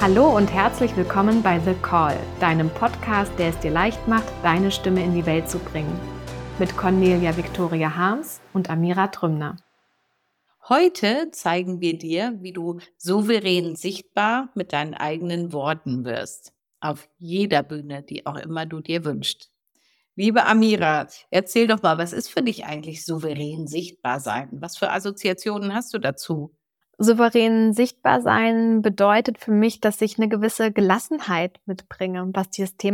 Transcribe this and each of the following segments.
Hallo und herzlich willkommen bei The Call, deinem Podcast, der es dir leicht macht, deine Stimme in die Welt zu bringen. Mit Cornelia Victoria Harms und Amira Trümner. Heute zeigen wir dir, wie du souverän sichtbar mit deinen eigenen Worten wirst. Auf jeder Bühne, die auch immer du dir wünschst. Liebe Amira, erzähl doch mal, was ist für dich eigentlich souverän sichtbar sein? Was für Assoziationen hast du dazu? Souverän sichtbar sein bedeutet für mich, dass ich eine gewisse Gelassenheit mitbringe, was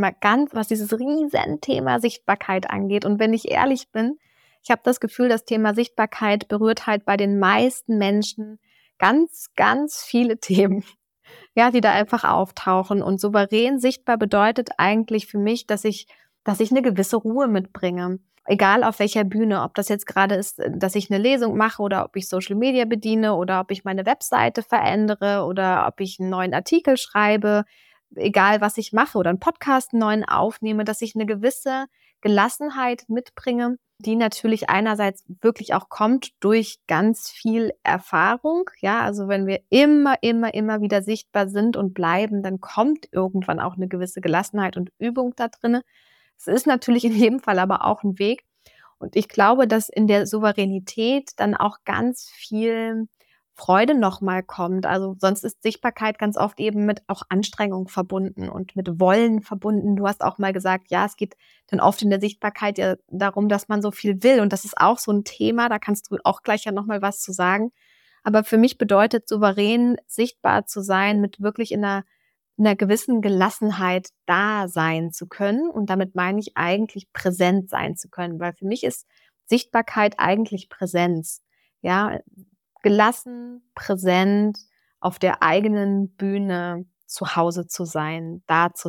dieses Riesenthema Sichtbarkeit angeht. Und wenn ich ehrlich bin, ich habe das Gefühl, das Thema Sichtbarkeit berührt halt bei den meisten Menschen ganz, ganz viele Themen, ja, die da einfach auftauchen. Und souverän sichtbar bedeutet eigentlich für mich, dass ich eine gewisse Ruhe mitbringe. Egal auf welcher Bühne, ob das jetzt gerade ist, dass ich eine Lesung mache oder ob ich Social Media bediene oder ob ich meine Webseite verändere oder ob ich einen neuen Artikel schreibe, egal was ich mache oder einen Podcast einen neuen aufnehme, dass ich eine gewisse Gelassenheit mitbringe, die natürlich einerseits wirklich auch kommt durch ganz viel Erfahrung. Ja, also wenn wir immer wieder sichtbar sind und bleiben, dann kommt irgendwann auch eine gewisse Gelassenheit und Übung da drinne. Es ist natürlich in jedem Fall aber auch ein Weg. Und ich glaube, dass in der Souveränität dann auch ganz viel Freude noch mal kommt. Also, sonst ist Sichtbarkeit ganz oft eben mit auch Anstrengung verbunden und mit Wollen verbunden. Du hast auch mal gesagt, ja, es geht dann oft in der Sichtbarkeit ja darum, dass man so viel will. Und das ist auch so ein Thema, da kannst du auch gleich ja noch mal was zu sagen. Aber für mich bedeutet souverän sichtbar zu sein, mit wirklich in einer gewissen Gelassenheit da sein zu können. Und damit meine ich eigentlich präsent sein zu können, weil für mich ist Sichtbarkeit eigentlich Präsenz. Ja, gelassen, präsent, auf der eigenen Bühne zu Hause zu sein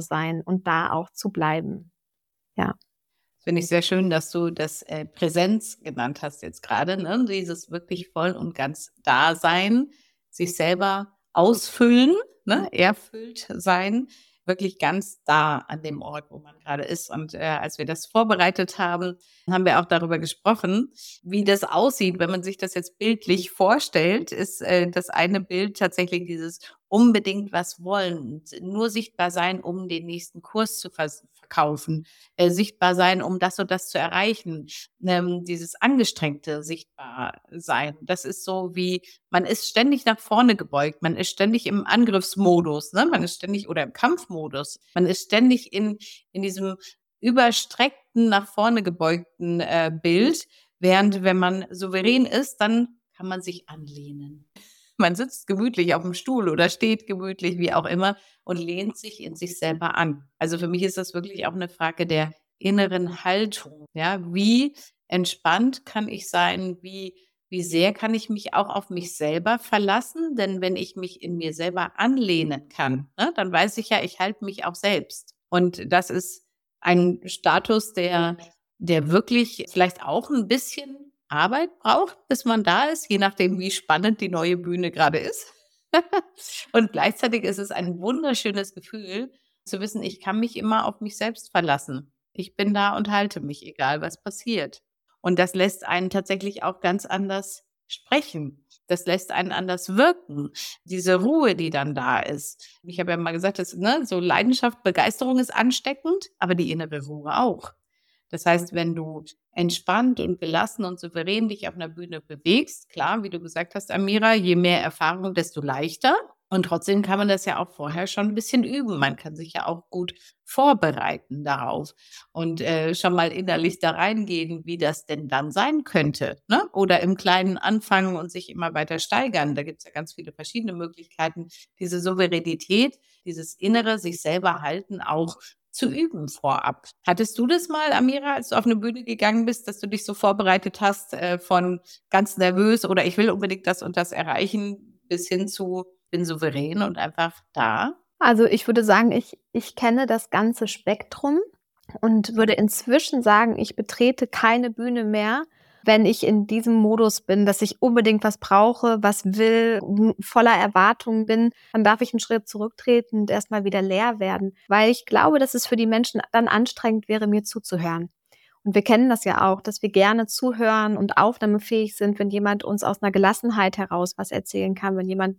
und da auch zu bleiben. Ja. Finde ich sehr schön, dass du das Präsenz genannt hast jetzt gerade, ne? Dieses wirklich voll und ganz Dasein, sich selber ausfüllen, ne? Erfüllt sein, wirklich ganz da an dem Ort, wo man gerade ist. Und als wir das vorbereitet haben, haben wir auch darüber gesprochen, wie das aussieht, wenn man sich das jetzt bildlich vorstellt, ist das eine Bild tatsächlich dieses unbedingt was wollen, nur sichtbar sein, um den nächsten Kurs zu verkaufen, sichtbar sein, um das und das zu erreichen. Dieses angestrengte Sichtbarsein, das ist so wie, man ist ständig nach vorne gebeugt, man ist ständig im Angriffsmodus, ne? Man ist ständig oder im Kampfmodus, man ist ständig in diesem überstreckten, nach vorne gebeugten Bild, während wenn man souverän ist, dann kann man sich anlehnen. Man sitzt gemütlich auf dem Stuhl oder steht gemütlich, wie auch immer, und lehnt sich in sich selber an. Also für mich ist das wirklich auch eine Frage der inneren Haltung. Ja, wie entspannt kann ich sein? Wie sehr kann ich mich auch auf mich selber verlassen? Denn wenn ich mich in mir selber anlehnen kann, ne, dann weiß ich ja, ich halte mich auch selbst. Und das ist ein Status, der wirklich vielleicht auch ein bisschen Arbeit braucht, bis man da ist, je nachdem, wie spannend die neue Bühne gerade ist. Und gleichzeitig ist es ein wunderschönes Gefühl, zu wissen, ich kann mich immer auf mich selbst verlassen. Ich bin da und halte mich, egal was passiert. Und das lässt einen tatsächlich auch ganz anders sprechen. Das lässt einen anders wirken. Diese Ruhe, die dann da ist. Ich habe ja mal gesagt, so Leidenschaft, Begeisterung ist ansteckend, aber die innere Ruhe auch. Das heißt, wenn du entspannt und gelassen und souverän dich auf einer Bühne bewegst, klar, wie du gesagt hast, Amira, je mehr Erfahrung, desto leichter. Und trotzdem kann man das ja auch vorher schon ein bisschen üben. Man kann sich ja auch gut vorbereiten darauf und schon mal innerlich da reingehen, wie das denn dann sein könnte, ne? Oder im Kleinen anfangen und sich immer weiter steigern. Da gibt's ja ganz viele verschiedene Möglichkeiten, diese Souveränität, dieses innere sich selber halten auch zu üben vorab. Hattest du das mal, Amira, als du auf eine Bühne gegangen bist, dass du dich so vorbereitet hast, von ganz nervös oder ich will unbedingt das und das erreichen, bis hin zu bin souverän und einfach da? Also, ich würde sagen, ich kenne das ganze Spektrum und würde inzwischen sagen, ich betrete keine Bühne mehr, wenn ich in diesem Modus bin, dass ich unbedingt was brauche, was will, voller Erwartungen bin, dann darf ich einen Schritt zurücktreten und erst mal wieder leer werden, weil ich glaube, dass es für die Menschen dann anstrengend wäre, mir zuzuhören. Und wir kennen das ja auch, dass wir gerne zuhören und aufnahmefähig sind, wenn jemand uns aus einer Gelassenheit heraus was erzählen kann, wenn jemand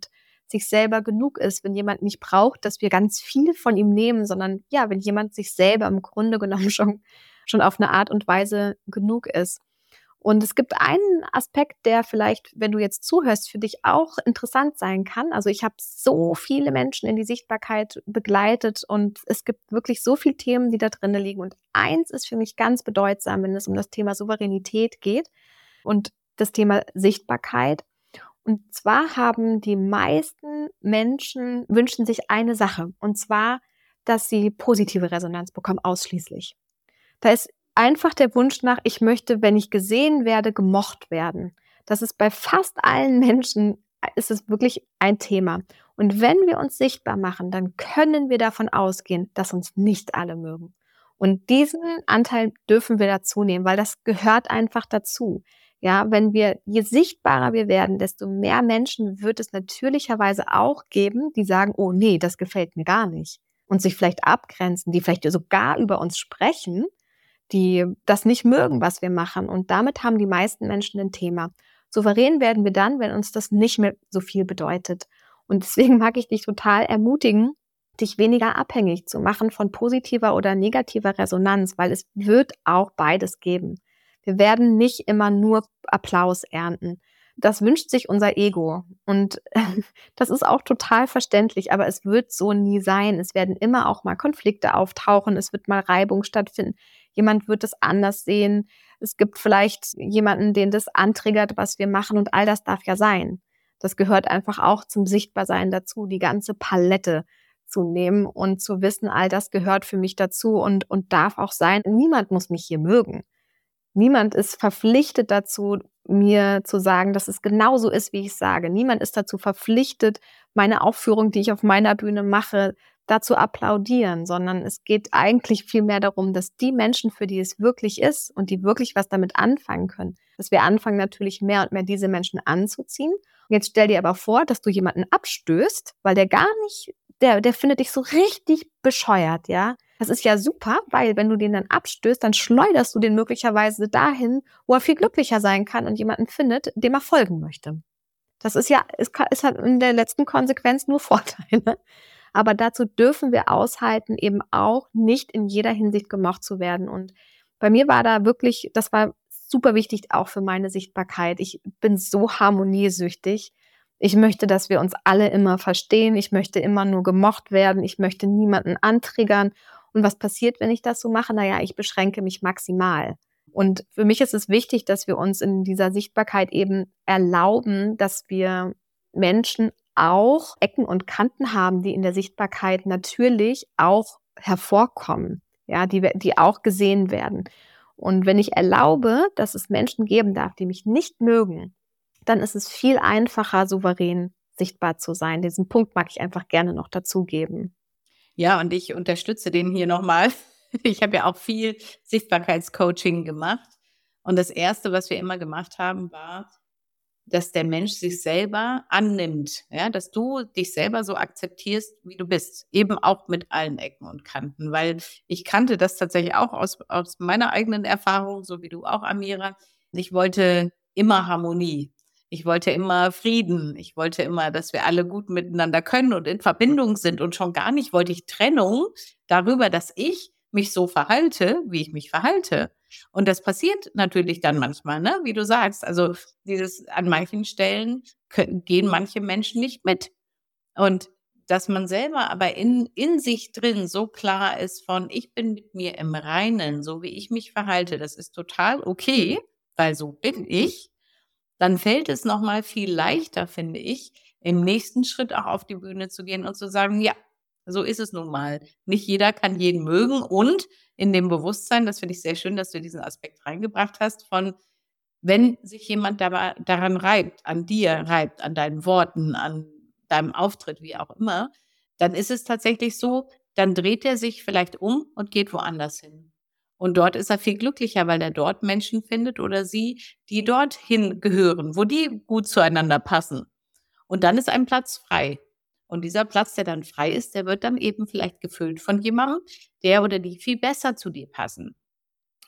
sich selber genug ist, wenn jemand nicht braucht, dass wir ganz viel von ihm nehmen, sondern ja, wenn jemand sich selber im Grunde genommen schon auf eine Art und Weise genug ist. Und es gibt einen Aspekt, der vielleicht, wenn du jetzt zuhörst, für dich auch interessant sein kann. Also ich habe so viele Menschen in die Sichtbarkeit begleitet und es gibt wirklich so viele Themen, die da drin liegen. Und eins ist für mich ganz bedeutsam, wenn es um das Thema Souveränität geht und das Thema Sichtbarkeit. Und zwar haben die meisten Menschen, wünschen sich eine Sache, und zwar, dass sie positive Resonanz bekommen, ausschließlich. Da ist einfach der Wunsch nach, ich möchte, wenn ich gesehen werde, gemocht werden. Das ist bei fast allen Menschen, ist es wirklich ein Thema. Und wenn wir uns sichtbar machen, dann können wir davon ausgehen, dass uns nicht alle mögen. Und diesen Anteil dürfen wir dazu nehmen, weil das gehört einfach dazu. Ja, je sichtbarer wir werden, desto mehr Menschen wird es natürlicherweise auch geben, die sagen, oh nee, das gefällt mir gar nicht. Und sich vielleicht abgrenzen, die vielleicht sogar über uns sprechen, die das nicht mögen, was wir machen. Und damit haben die meisten Menschen ein Thema. Souverän werden wir dann, wenn uns das nicht mehr so viel bedeutet. Und deswegen mag ich dich total ermutigen, dich weniger abhängig zu machen von positiver oder negativer Resonanz, weil es wird auch beides geben. Wir werden nicht immer nur Applaus ernten. Das wünscht sich unser Ego. Und das ist auch total verständlich, aber es wird so nie sein. Es werden immer auch mal Konflikte auftauchen. Es wird mal Reibung stattfinden. Jemand wird es anders sehen. Es gibt vielleicht jemanden, den das antriggert, was wir machen. Und all das darf ja sein. Das gehört einfach auch zum Sichtbarsein dazu, die ganze Palette zu nehmen und zu wissen, all das gehört für mich dazu und darf auch sein. Niemand muss mich hier mögen. Niemand ist verpflichtet dazu, mir zu sagen, dass es genauso ist, wie ich sage. Niemand ist dazu verpflichtet, meine Aufführung, die ich auf meiner Bühne mache, dazu applaudieren, sondern es geht eigentlich viel mehr darum, dass die Menschen, für die es wirklich ist und die wirklich was damit anfangen können, dass wir anfangen, natürlich mehr und mehr diese Menschen anzuziehen. Jetzt stell dir aber vor, dass du jemanden abstößt, weil der gar nicht, der findet dich so richtig bescheuert, ja. Das ist ja super, weil wenn du den dann abstößt, dann schleuderst du den möglicherweise dahin, wo er viel glücklicher sein kann und jemanden findet, dem er folgen möchte. Das ist ja, es hat in der letzten Konsequenz nur Vorteile. Aber dazu dürfen wir aushalten, eben auch nicht in jeder Hinsicht gemocht zu werden. Und bei mir war da wirklich, das war super wichtig auch für meine Sichtbarkeit. Ich bin so harmoniesüchtig. Ich möchte, dass wir uns alle immer verstehen. Ich möchte immer nur gemocht werden. Ich möchte niemanden antriggern. Und was passiert, wenn ich das so mache? Naja, ich beschränke mich maximal. Und für mich ist es wichtig, dass wir uns in dieser Sichtbarkeit eben erlauben, dass wir Menschen auch Ecken und Kanten haben, die in der Sichtbarkeit natürlich auch hervorkommen, ja, die auch gesehen werden. Und wenn ich erlaube, dass es Menschen geben darf, die mich nicht mögen, dann ist es viel einfacher, souverän sichtbar zu sein. Diesen Punkt mag ich einfach gerne noch dazugeben. Ja, und ich unterstütze den hier nochmal. Ich habe ja auch viel Sichtbarkeitscoaching gemacht. Und das Erste, was wir immer gemacht haben, war, dass der Mensch sich selber annimmt, ja, dass du dich selber so akzeptierst, wie du bist, eben auch mit allen Ecken und Kanten, weil ich kannte das tatsächlich auch aus meiner eigenen Erfahrung, so wie du auch, Amira. Ich wollte immer Harmonie. Ich wollte immer Frieden. Ich wollte immer, dass wir alle gut miteinander können und in Verbindung sind. Und schon gar nicht wollte ich Trennung darüber, dass ich mich so verhalte, wie ich mich verhalte. Und das passiert natürlich dann manchmal, ne? Wie du sagst. Also an manchen Stellen gehen manche Menschen nicht mit. Und dass man selber aber in sich drin so klar ist von, ich bin mit mir im Reinen, so wie ich mich verhalte, das ist total okay, weil so bin ich. Dann fällt es noch mal viel leichter, finde ich, im nächsten Schritt auch auf die Bühne zu gehen und zu sagen: „Ja, so ist es nun mal. Nicht jeder kann jeden mögen“, und in dem Bewusstsein, das finde ich sehr schön, dass du diesen Aspekt reingebracht hast, von wenn sich jemand dabei daran reibt, an dir reibt, an deinen Worten, an deinem Auftritt, wie auch immer, dann ist es tatsächlich so, dann dreht er sich vielleicht um und geht woanders hin. Und dort ist er viel glücklicher, weil er dort Menschen findet oder sie, die dorthin gehören, wo die gut zueinander passen. Und dann ist ein Platz frei. Und dieser Platz, der dann frei ist, der wird dann eben vielleicht gefüllt von jemandem, der oder die viel besser zu dir passen.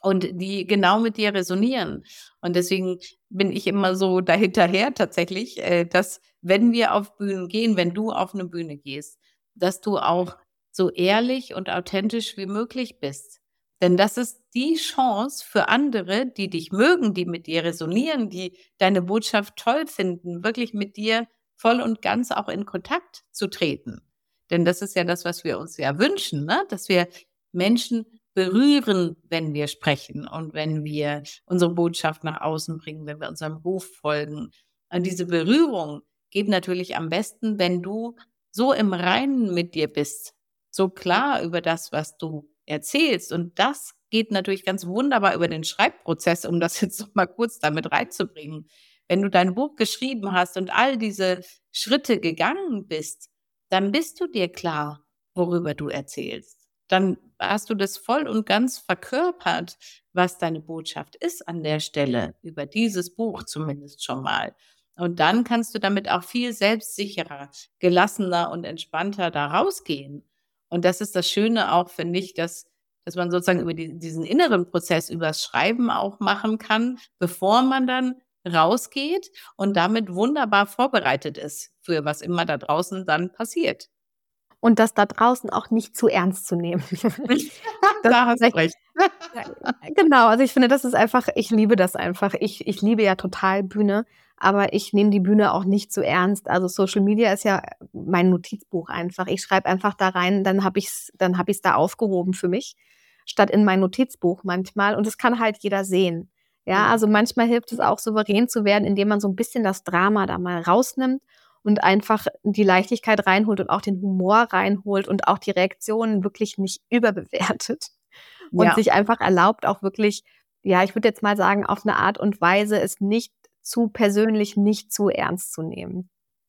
und die genau mit dir resonieren. Und deswegen bin ich immer so dahinterher tatsächlich, dass wenn wir auf Bühnen gehen, wenn du auf eine Bühne gehst, dass du auch so ehrlich und authentisch wie möglich bist. Denn das ist die Chance für andere, die dich mögen, die mit dir resonieren, die deine Botschaft toll finden, wirklich mit dir voll und ganz auch in Kontakt zu treten. Denn das ist ja das, was wir uns ja wünschen, ne? Dass wir Menschen berühren, wenn wir sprechen und wenn wir unsere Botschaft nach außen bringen, wenn wir unserem Ruf folgen. Und diese Berührung geht natürlich am besten, wenn du so im Reinen mit dir bist, so klar über das, was du erzählst. Und das geht natürlich ganz wunderbar über den Schreibprozess, um das jetzt noch mal kurz damit reinzubringen. Wenn du dein Buch geschrieben hast und all diese Schritte gegangen bist, dann bist du dir klar, worüber du erzählst. Dann hast du das voll und ganz verkörpert, was deine Botschaft ist an der Stelle, über dieses Buch zumindest schon mal. Und dann kannst du damit auch viel selbstsicherer, gelassener und entspannter da rausgehen. Und das ist das Schöne auch, finde ich, dass man sozusagen über diesen inneren Prozess übers Schreiben auch machen kann, bevor man dann rausgeht und damit wunderbar vorbereitet ist für was immer da draußen dann passiert. Und das da draußen auch nicht zu ernst zu nehmen. Das Da ist hast du vielleicht recht. ja, genau, also ich finde, das ist einfach ich liebe das einfach. Ich liebe ja total Bühne, aber ich nehme die Bühne auch nicht zu ernst. Also, Social Media ist ja mein Notizbuch einfach. Ich schreibe einfach da rein, dann habe ich's da aufgehoben für mich, statt in mein Notizbuch manchmal und das kann halt jeder sehen. Ja, Mhm. also manchmal hilft es auch, souverän zu werden, indem man so 'n bisschen das Drama da mal rausnimmt und einfach die Leichtigkeit reinholt und auch den Humor reinholt und auch die Reaktionen wirklich nicht überbewertet und Ja. sich einfach erlaubt, auch wirklich, ja, ich würde jetzt mal sagen, auf 'ne Art und Weise es nicht zu persönlich, nicht zu ernst zu nehmen.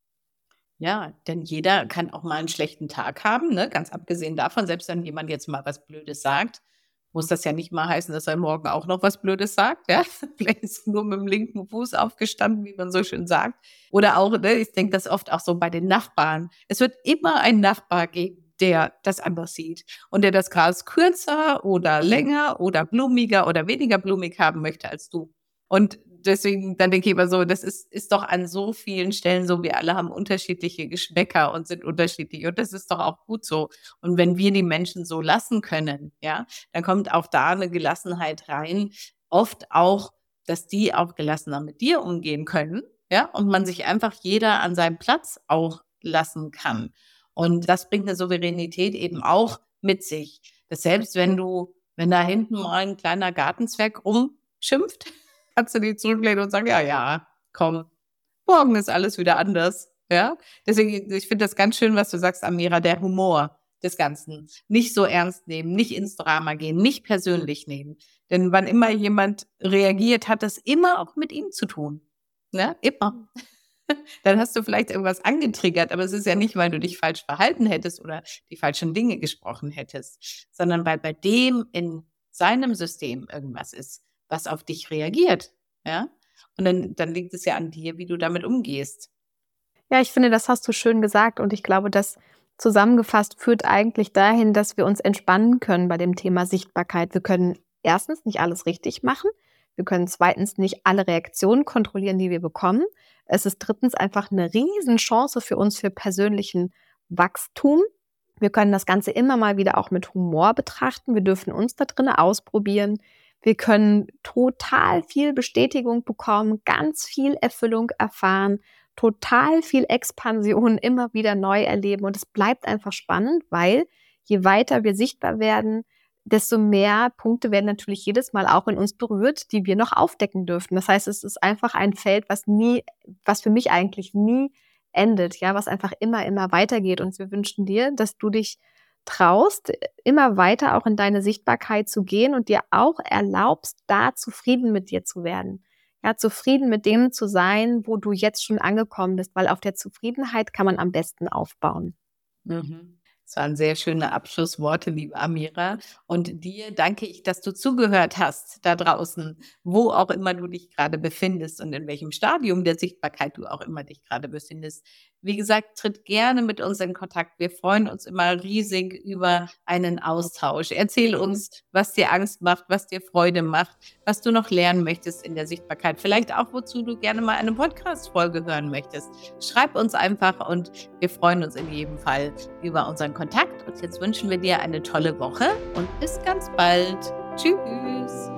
Ja, denn jeder kann auch mal einen schlechten Tag haben, ne? Ganz abgesehen davon, selbst wenn jemand jetzt mal was Blödes sagt, muss das ja nicht mal heißen, dass er morgen auch noch was Blödes sagt, ja? Vielleicht ist er nur mit dem linken Fuß aufgestanden, wie man so schön sagt. Oder auch, ne, ich denke das oft auch so bei den Nachbarn. Es wird immer einen Nachbar geben, der das anders sieht und der das Gras kürzer oder länger oder blumiger oder weniger blumig haben möchte als du. Und deswegen, dann denke ich immer so, das ist doch an so vielen Stellen so, wir alle haben unterschiedliche Geschmäcker und sind unterschiedlich und das ist doch auch gut so. Und wenn wir die Menschen so lassen können, ja, dann kommt auch da eine Gelassenheit rein. Oft auch, dass die auch gelassener mit dir umgehen können, ja, und man sich einfach jeder an seinem Platz auch lassen kann. Und das bringt eine Souveränität eben auch mit sich, dass selbst wenn da hinten mal ein kleiner Gartenzwerg rumschimpft, kannst du dich zurücklehnen und sagen: „Ja, ja, komm, morgen ist alles wieder anders“, ja? Deswegen, ich finde das ganz schön, was du sagst, Amira, der Humor des Ganzen. Nicht so ernst nehmen, nicht ins Drama gehen, nicht persönlich nehmen. Denn wann immer jemand reagiert, hat das immer auch mit ihm zu tun, ne? Immer. Dann hast du vielleicht irgendwas angetriggert, aber es ist ja nicht, weil du dich falsch verhalten hättest oder die falschen Dinge gesprochen hättest, sondern weil bei dem in seinem System irgendwas ist, was auf dich reagiert, ja? Und dann liegt es ja an dir, wie du damit umgehst. Ja, ich finde, das hast du schön gesagt und ich glaube, das zusammengefasst führt eigentlich dahin, dass wir uns entspannen können bei dem Thema Sichtbarkeit. Wir können erstens nicht alles richtig machen. Wir können zweitens nicht alle Reaktionen kontrollieren, die wir bekommen. Es ist drittens einfach eine Riesenchance für uns für persönlichen Wachstum. Wir können das Ganze immer mal wieder auch mit Humor betrachten. Wir dürfen uns da drinnen ausprobieren. Wir können total viel Bestätigung bekommen, ganz viel Erfüllung erfahren, total viel Expansion immer wieder neu erleben und es bleibt einfach spannend, weil je weiter wir sichtbar werden, desto mehr Punkte werden natürlich jedes Mal auch in uns berührt, die wir noch aufdecken dürfen. Das heißt, es ist einfach ein Feld, was für mich eigentlich nie endet, ja, was einfach immer weitergeht und wir wünschen dir, dass du dich traust, immer weiter auch in deine Sichtbarkeit zu gehen und dir auch erlaubst, da zufrieden mit dir zu werden. Ja, zufrieden mit dem zu sein, wo du jetzt schon angekommen bist, weil auf der Zufriedenheit kann man am besten aufbauen. Mhm. Das waren sehr schöne Abschlussworte, liebe Amira. Und dir danke ich, dass du zugehört hast da draußen, wo auch immer du dich gerade befindest und in welchem Stadium der Sichtbarkeit du auch immer dich gerade befindest. Wie gesagt, tritt gerne mit uns in Kontakt. Wir freuen uns immer riesig über einen Austausch. Erzähl uns, was dir Angst macht, was dir Freude macht, was du noch lernen möchtest in der Sichtbarkeit. Vielleicht auch, wozu du gerne mal eine Podcast-Folge hören möchtest. Schreib uns einfach und wir freuen uns in jedem Fall über unseren Kontakt. Und jetzt wünschen wir dir eine tolle Woche und bis ganz bald. Tschüss.